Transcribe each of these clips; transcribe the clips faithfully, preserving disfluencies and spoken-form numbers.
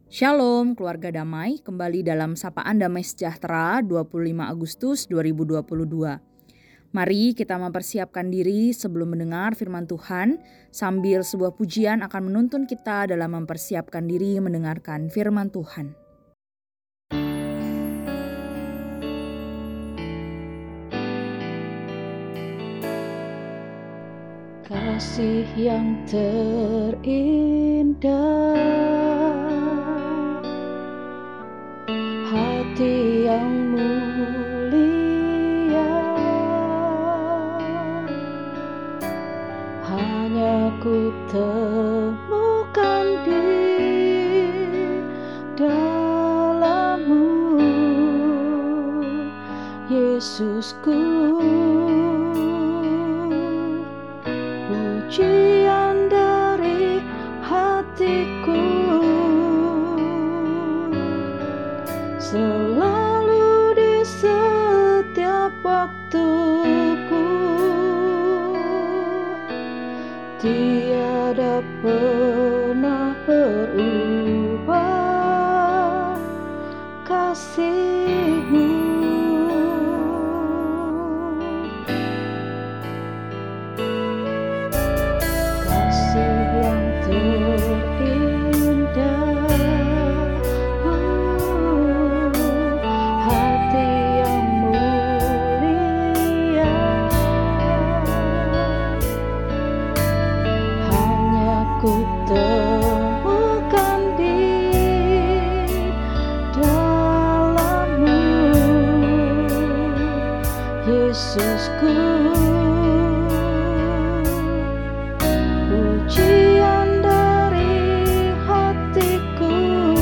Shalom keluarga damai, kembali dalam Sapaan Damai Sejahtera dua puluh lima Agustus dua ribu dua puluh dua. Mari kita mempersiapkan diri sebelum mendengar firman Tuhan, sambil sebuah pujian akan menuntun kita dalam mempersiapkan diri mendengarkan firman Tuhan. Kasih yang terindah, hati yang mulia, hanya ku temukan di dalam-Mu, Yesusku. Pujian dari hatiku, selalu di setiap waktuku, tiada pernah berubah kasih-Mu. Yesusku, pujian dari hatiku,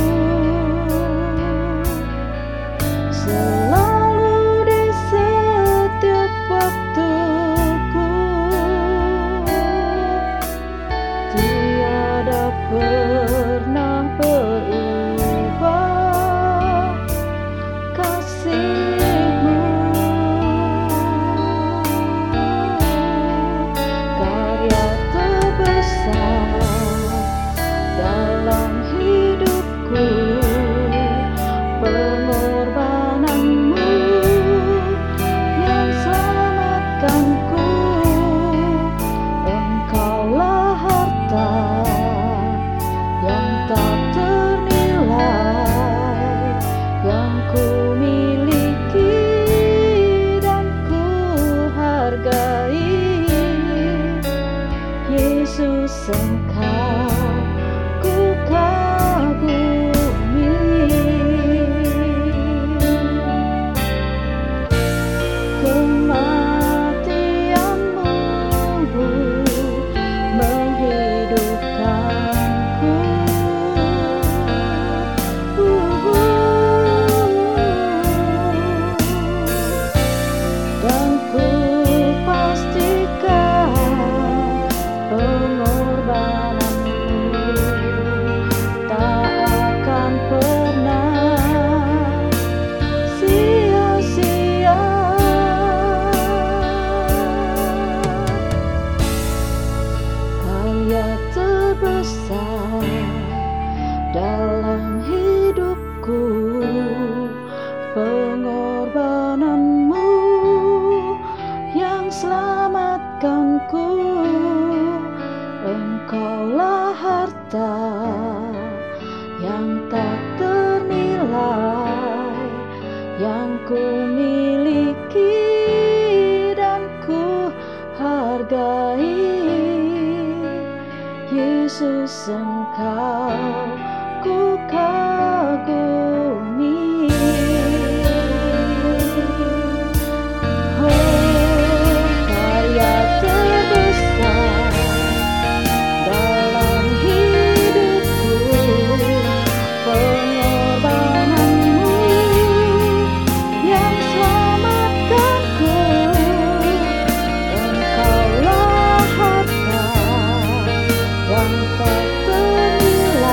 selalu di setiap waktuku, tiada pernah berubah kasih. Yesus, Engkau ku kagumi. Kematian-Mu menghidupkanku, dan ku pastikan pengorbanan-Mu tak akan pernah sia-sia. Karya terbesar dalam hidupku, pengorbanan-Mu yang selamatkanku. Engkaulah harta yang tak ternilai, yang ku miliki dan ku hargai. Yesus, Engkau ku kagumi. Oh, karya terbesar dalam hidupku, pengorbanan-Mu yang selamatkanku. Engkaulah harta yang tak ternilai,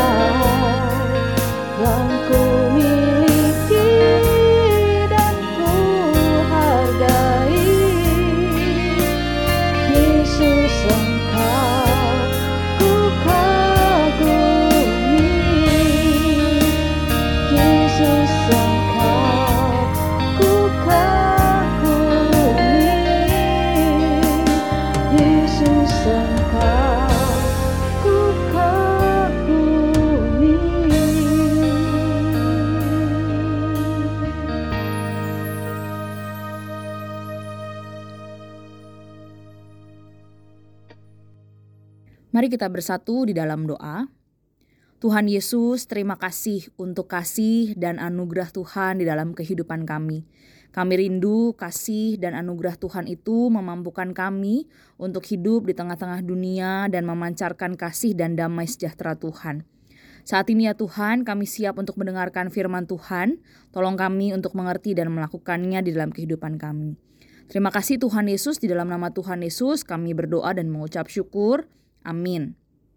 Mari kita bersatu di dalam doa. Tuhan Yesus, terima kasih untuk kasih dan anugerah Tuhan di dalam kehidupan kami. Kami rindu kasih dan anugerah Tuhan itu memampukan kami untuk hidup di tengah-tengah dunia dan memancarkan kasih dan damai sejahtera Tuhan. Saat ini ya Tuhan, kami siap untuk mendengarkan firman Tuhan. Tolong kami untuk mengerti dan melakukannya di dalam kehidupan kami. Terima kasih Tuhan Yesus, di dalam nama Tuhan Yesus kami berdoa dan mengucap syukur. Amin.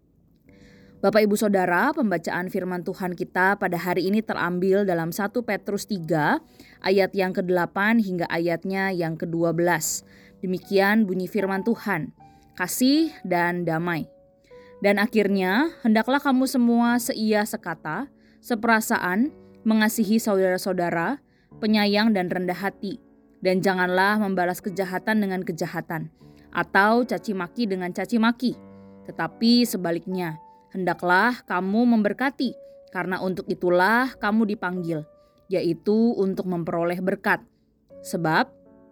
Bapak Ibu Saudara, pembacaan firman Tuhan kita pada hari ini terambil dalam satu Petrus tiga ayat yang kedelapan hingga ayatnya yang kedua belas. Demikian bunyi firman Tuhan, kasih dan damai. Dan akhirnya, hendaklah kamu semua seia sekata, seperasaan, mengasihi saudara-saudara, penyayang dan rendah hati, dan janganlah membalas kejahatan dengan kejahatan, atau caci maki dengan caci maki, tetapi sebaliknya, hendaklah kamu memberkati, karena untuk itulah kamu dipanggil, yaitu untuk memperoleh berkat. Sebab,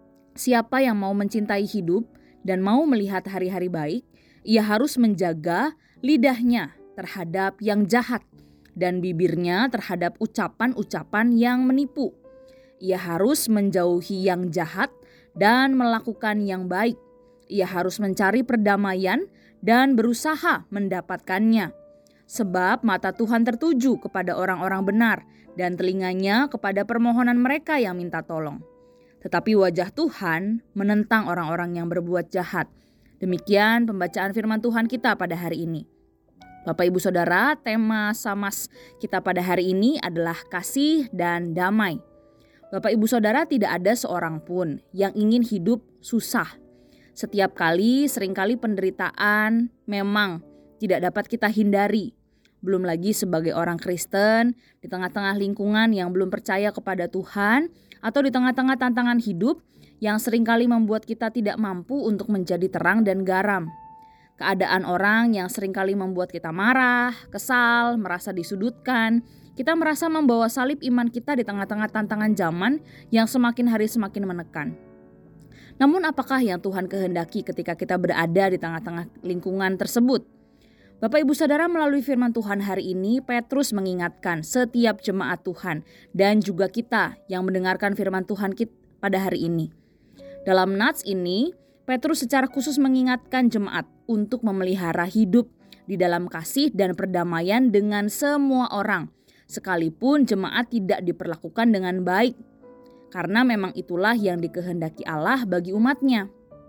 siapa yang mau mencintai hidup dan mau melihat hari-hari baik, ia harus menjaga lidahnya terhadap yang jahat dan bibirnya terhadap ucapan-ucapan yang menipu. Ia harus menjauhi yang jahat dan melakukan yang baik. Ia harus mencari perdamaian dan berusaha mendapatkannya. Sebab mata Tuhan tertuju kepada orang-orang benar dan telinganya kepada permohonan mereka yang minta tolong. Tetapi wajah Tuhan menentang orang-orang yang berbuat jahat. Demikian pembacaan firman Tuhan kita pada hari ini. Bapak Ibu Saudara, tema Samas kita pada hari ini adalah kasih dan damai. Bapak Ibu Saudara, tidak ada seorang pun yang ingin hidup susah. Setiap kali, seringkali penderitaan memang tidak dapat kita hindari. Belum lagi sebagai orang Kristen, di tengah-tengah lingkungan yang belum percaya kepada Tuhan, atau di tengah-tengah tantangan hidup yang seringkali membuat kita tidak mampu untuk menjadi terang dan garam. Keadaan orang yang seringkali membuat kita marah, kesal, merasa disudutkan. Kita merasa membawa salib iman kita di tengah-tengah tantangan zaman yang semakin hari semakin menekan. Namun apakah yang Tuhan kehendaki ketika kita berada di tengah-tengah lingkungan tersebut? Bapak Ibu Saudara, melalui firman Tuhan hari ini, Petrus mengingatkan setiap jemaat Tuhan dan juga kita yang mendengarkan firman Tuhan kita pada hari ini. Dalam nats ini, Petrus secara khusus mengingatkan jemaat untuk memelihara hidup di dalam kasih dan perdamaian dengan semua orang, sekalipun jemaat tidak diperlakukan dengan baik. Karena memang itulah yang dikehendaki Allah bagi umatnya.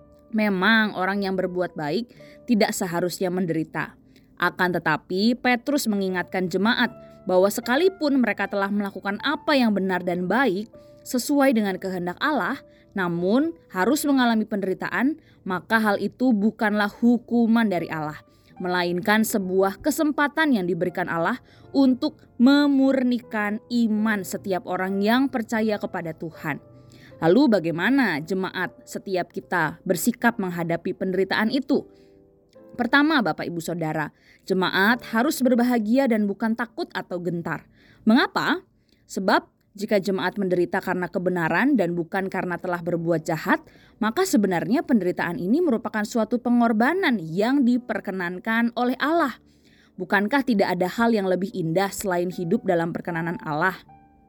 Memang orang yang berbuat baik tidak seharusnya menderita. Akan tetapi Petrus mengingatkan jemaat bahwa sekalipun mereka telah melakukan apa yang benar dan baik sesuai dengan kehendak Allah, namun harus mengalami penderitaan, maka hal itu bukanlah hukuman dari Allah, melainkan sebuah kesempatan yang diberikan Allah untuk memurnikan iman setiap orang yang percaya kepada Tuhan. Lalu bagaimana jemaat setiap kita bersikap menghadapi penderitaan itu? Pertama, Bapak Ibu Saudara, jemaat harus berbahagia dan bukan takut atau gentar. Mengapa? Sebab jika jemaat menderita karena kebenaran dan bukan karena telah berbuat jahat, maka sebenarnya penderitaan ini merupakan suatu pengorbanan yang diperkenankan oleh Allah. Bukankah tidak ada hal yang lebih indah selain hidup dalam perkenanan Allah?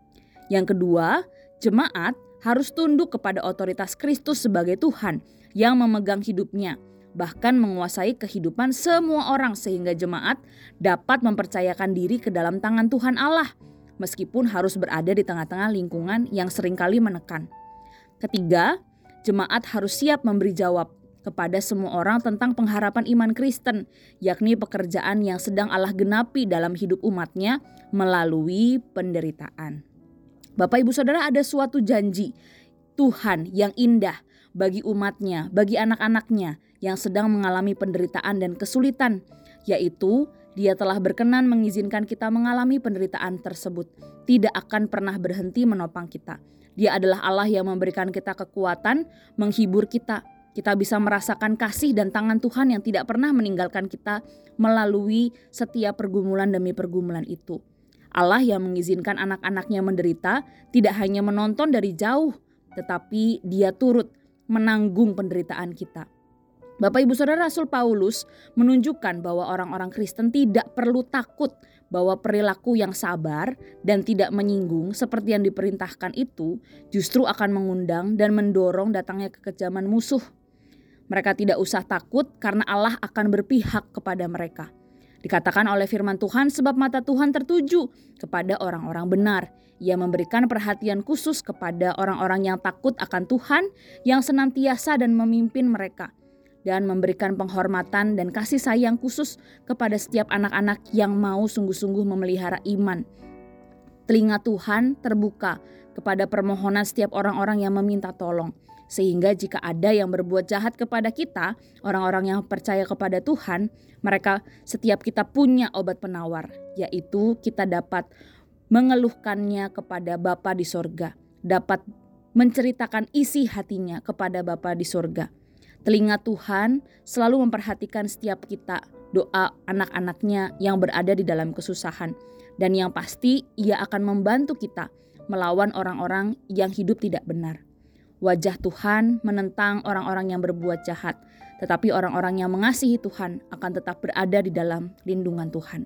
Yang kedua, jemaat harus tunduk kepada otoritas Kristus sebagai Tuhan yang memegang hidupnya, bahkan menguasai kehidupan semua orang sehingga jemaat dapat mempercayakan diri ke dalam tangan Tuhan Allah, meskipun harus berada di tengah-tengah lingkungan yang seringkali menekan. Ketiga, jemaat harus siap memberi jawab kepada semua orang tentang pengharapan iman Kristen, yakni pekerjaan yang sedang Allah genapi dalam hidup umatnya melalui penderitaan. Bapak Ibu Saudara, ada suatu janji Tuhan yang indah bagi umatnya, bagi anak-anaknya yang sedang mengalami penderitaan dan kesulitan, yaitu Dia telah berkenan mengizinkan kita mengalami penderitaan tersebut, tidak akan pernah berhenti menopang kita. Dia adalah Allah yang memberikan kita kekuatan, menghibur kita. Kita bisa merasakan kasih dan tangan Tuhan yang tidak pernah meninggalkan kita melalui setiap pergumulan demi pergumulan itu. Allah yang mengizinkan anak-anaknya menderita tidak hanya menonton dari jauh, tetapi Dia turut menanggung penderitaan kita. Bapak Ibu Saudara, Rasul Paulus menunjukkan bahwa orang-orang Kristen tidak perlu takut bahwa perilaku yang sabar dan tidak menyinggung seperti yang diperintahkan itu justru akan mengundang dan mendorong datangnya kekejaman musuh. Mereka tidak usah takut karena Allah akan berpihak kepada mereka. Dikatakan oleh firman Tuhan, sebab mata Tuhan tertuju kepada orang-orang benar. Ia memberikan perhatian khusus kepada orang-orang yang takut akan Tuhan, yang senantiasa dan memimpin mereka, dan memberikan penghormatan dan kasih sayang khusus kepada setiap anak-anak yang mau sungguh-sungguh memelihara iman. Telinga Tuhan terbuka kepada permohonan setiap orang-orang yang meminta tolong. Sehingga jika ada yang berbuat jahat kepada kita, orang-orang yang percaya kepada Tuhan, mereka setiap kita punya obat penawar, yaitu kita dapat mengeluhkannya kepada Bapa di sorga, dapat menceritakan isi hatinya kepada Bapa di sorga. Telinga Tuhan selalu memperhatikan setiap kita, doa anak-anaknya yang berada di dalam kesusahan. Dan yang pasti Ia akan membantu kita melawan orang-orang yang hidup tidak benar. Wajah Tuhan menentang orang-orang yang berbuat jahat, tetapi orang-orang yang mengasihi Tuhan akan tetap berada di dalam lindungan Tuhan.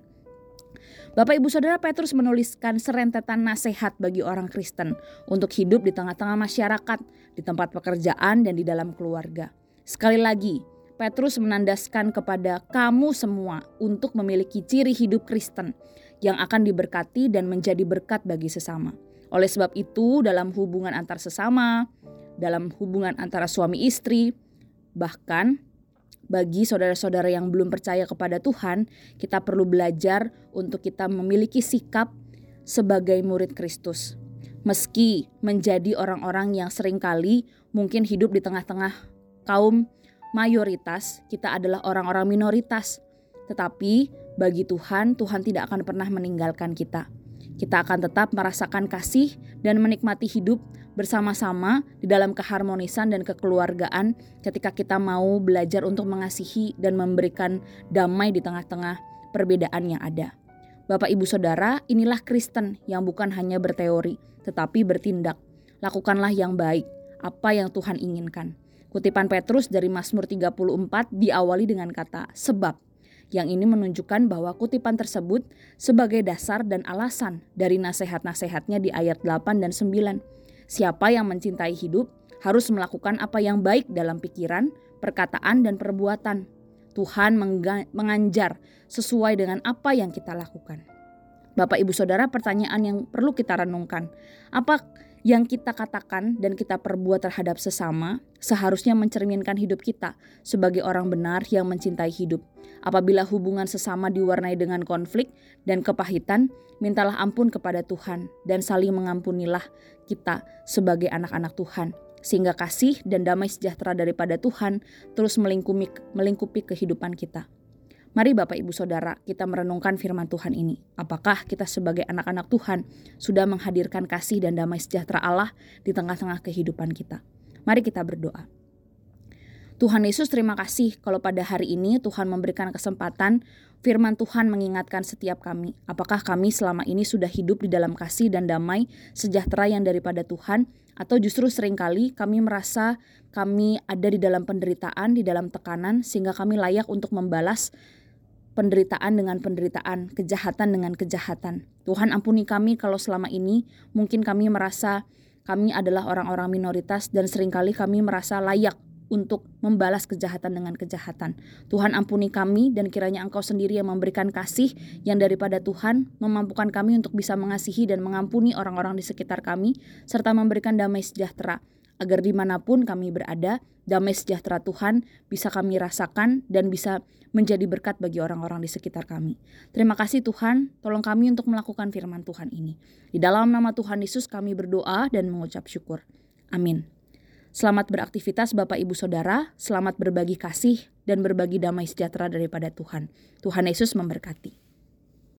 Bapak Ibu Saudara, Petrus menuliskan serentetan nasihat bagi orang Kristen untuk hidup di tengah-tengah masyarakat, di tempat pekerjaan dan di dalam keluarga. Sekali lagi, Petrus menandaskan kepada kamu semua untuk memiliki ciri hidup Kristen yang akan diberkati dan menjadi berkat bagi sesama. Oleh sebab itu, dalam hubungan antar sesama, dalam hubungan antara suami istri, bahkan bagi saudara-saudara yang belum percaya kepada Tuhan, kita perlu belajar untuk kita memiliki sikap sebagai murid Kristus. Meski menjadi orang-orang yang seringkali mungkin hidup di tengah-tengah kaum mayoritas, kita adalah orang-orang minoritas. Tetapi bagi Tuhan, Tuhan tidak akan pernah meninggalkan kita. Kita akan tetap merasakan kasih dan menikmati hidup bersama-sama di dalam keharmonisan dan kekeluargaan ketika kita mau belajar untuk mengasihi dan memberikan damai di tengah-tengah perbedaan yang ada. Bapak Ibu Saudara, inilah Kristen yang bukan hanya berteori tetapi bertindak. Lakukanlah yang baik, apa yang Tuhan inginkan. Kutipan Petrus dari Mazmur tiga puluh empat diawali dengan kata sebab. Yang ini menunjukkan bahwa kutipan tersebut sebagai dasar dan alasan dari nasihat-nasihatnya di ayat delapan dan sembilan. Siapa yang mencintai hidup harus melakukan apa yang baik dalam pikiran, perkataan, dan perbuatan. Tuhan menganjar sesuai dengan apa yang kita lakukan. Bapak Ibu Saudara, pertanyaan yang perlu kita renungkan. Apa yang kita katakan dan kita perbuat terhadap sesama seharusnya mencerminkan hidup kita sebagai orang benar yang mencintai hidup. Apabila hubungan sesama diwarnai dengan konflik dan kepahitan, mintalah ampun kepada Tuhan dan saling mengampunilah kita sebagai anak-anak Tuhan. Sehingga kasih dan damai sejahtera daripada Tuhan terus melingkupi, melingkupi kehidupan kita. Mari Bapak Ibu Saudara, kita merenungkan firman Tuhan ini. Apakah kita sebagai anak-anak Tuhan sudah menghadirkan kasih dan damai sejahtera Allah di tengah-tengah kehidupan kita? Mari kita berdoa. Tuhan Yesus, terima kasih kalau pada hari ini Tuhan memberikan kesempatan firman Tuhan mengingatkan setiap kami. Apakah kami selama ini sudah hidup di dalam kasih dan damai sejahtera yang daripada Tuhan? Atau justru seringkali kami merasa kami ada di dalam penderitaan, di dalam tekanan, sehingga kami layak untuk membalas penderitaan dengan penderitaan, kejahatan dengan kejahatan. Tuhan ampuni kami kalau selama ini mungkin kami merasa kami adalah orang-orang minoritas dan seringkali kami merasa layak untuk membalas kejahatan dengan kejahatan. Tuhan ampuni kami dan kiranya Engkau sendiri yang memberikan kasih yang daripada Tuhan, memampukan kami untuk bisa mengasihi dan mengampuni orang-orang di sekitar kami, serta memberikan damai sejahtera. Agar dimanapun kami berada, damai sejahtera Tuhan bisa kami rasakan dan bisa menjadi berkat bagi orang-orang di sekitar kami. Terima kasih Tuhan, tolong kami untuk melakukan firman Tuhan ini. Di dalam nama Tuhan Yesus kami berdoa dan mengucap syukur. Amin. Selamat beraktivitas Bapak Ibu Saudara, selamat berbagi kasih dan berbagi damai sejahtera daripada Tuhan. Tuhan Yesus memberkati.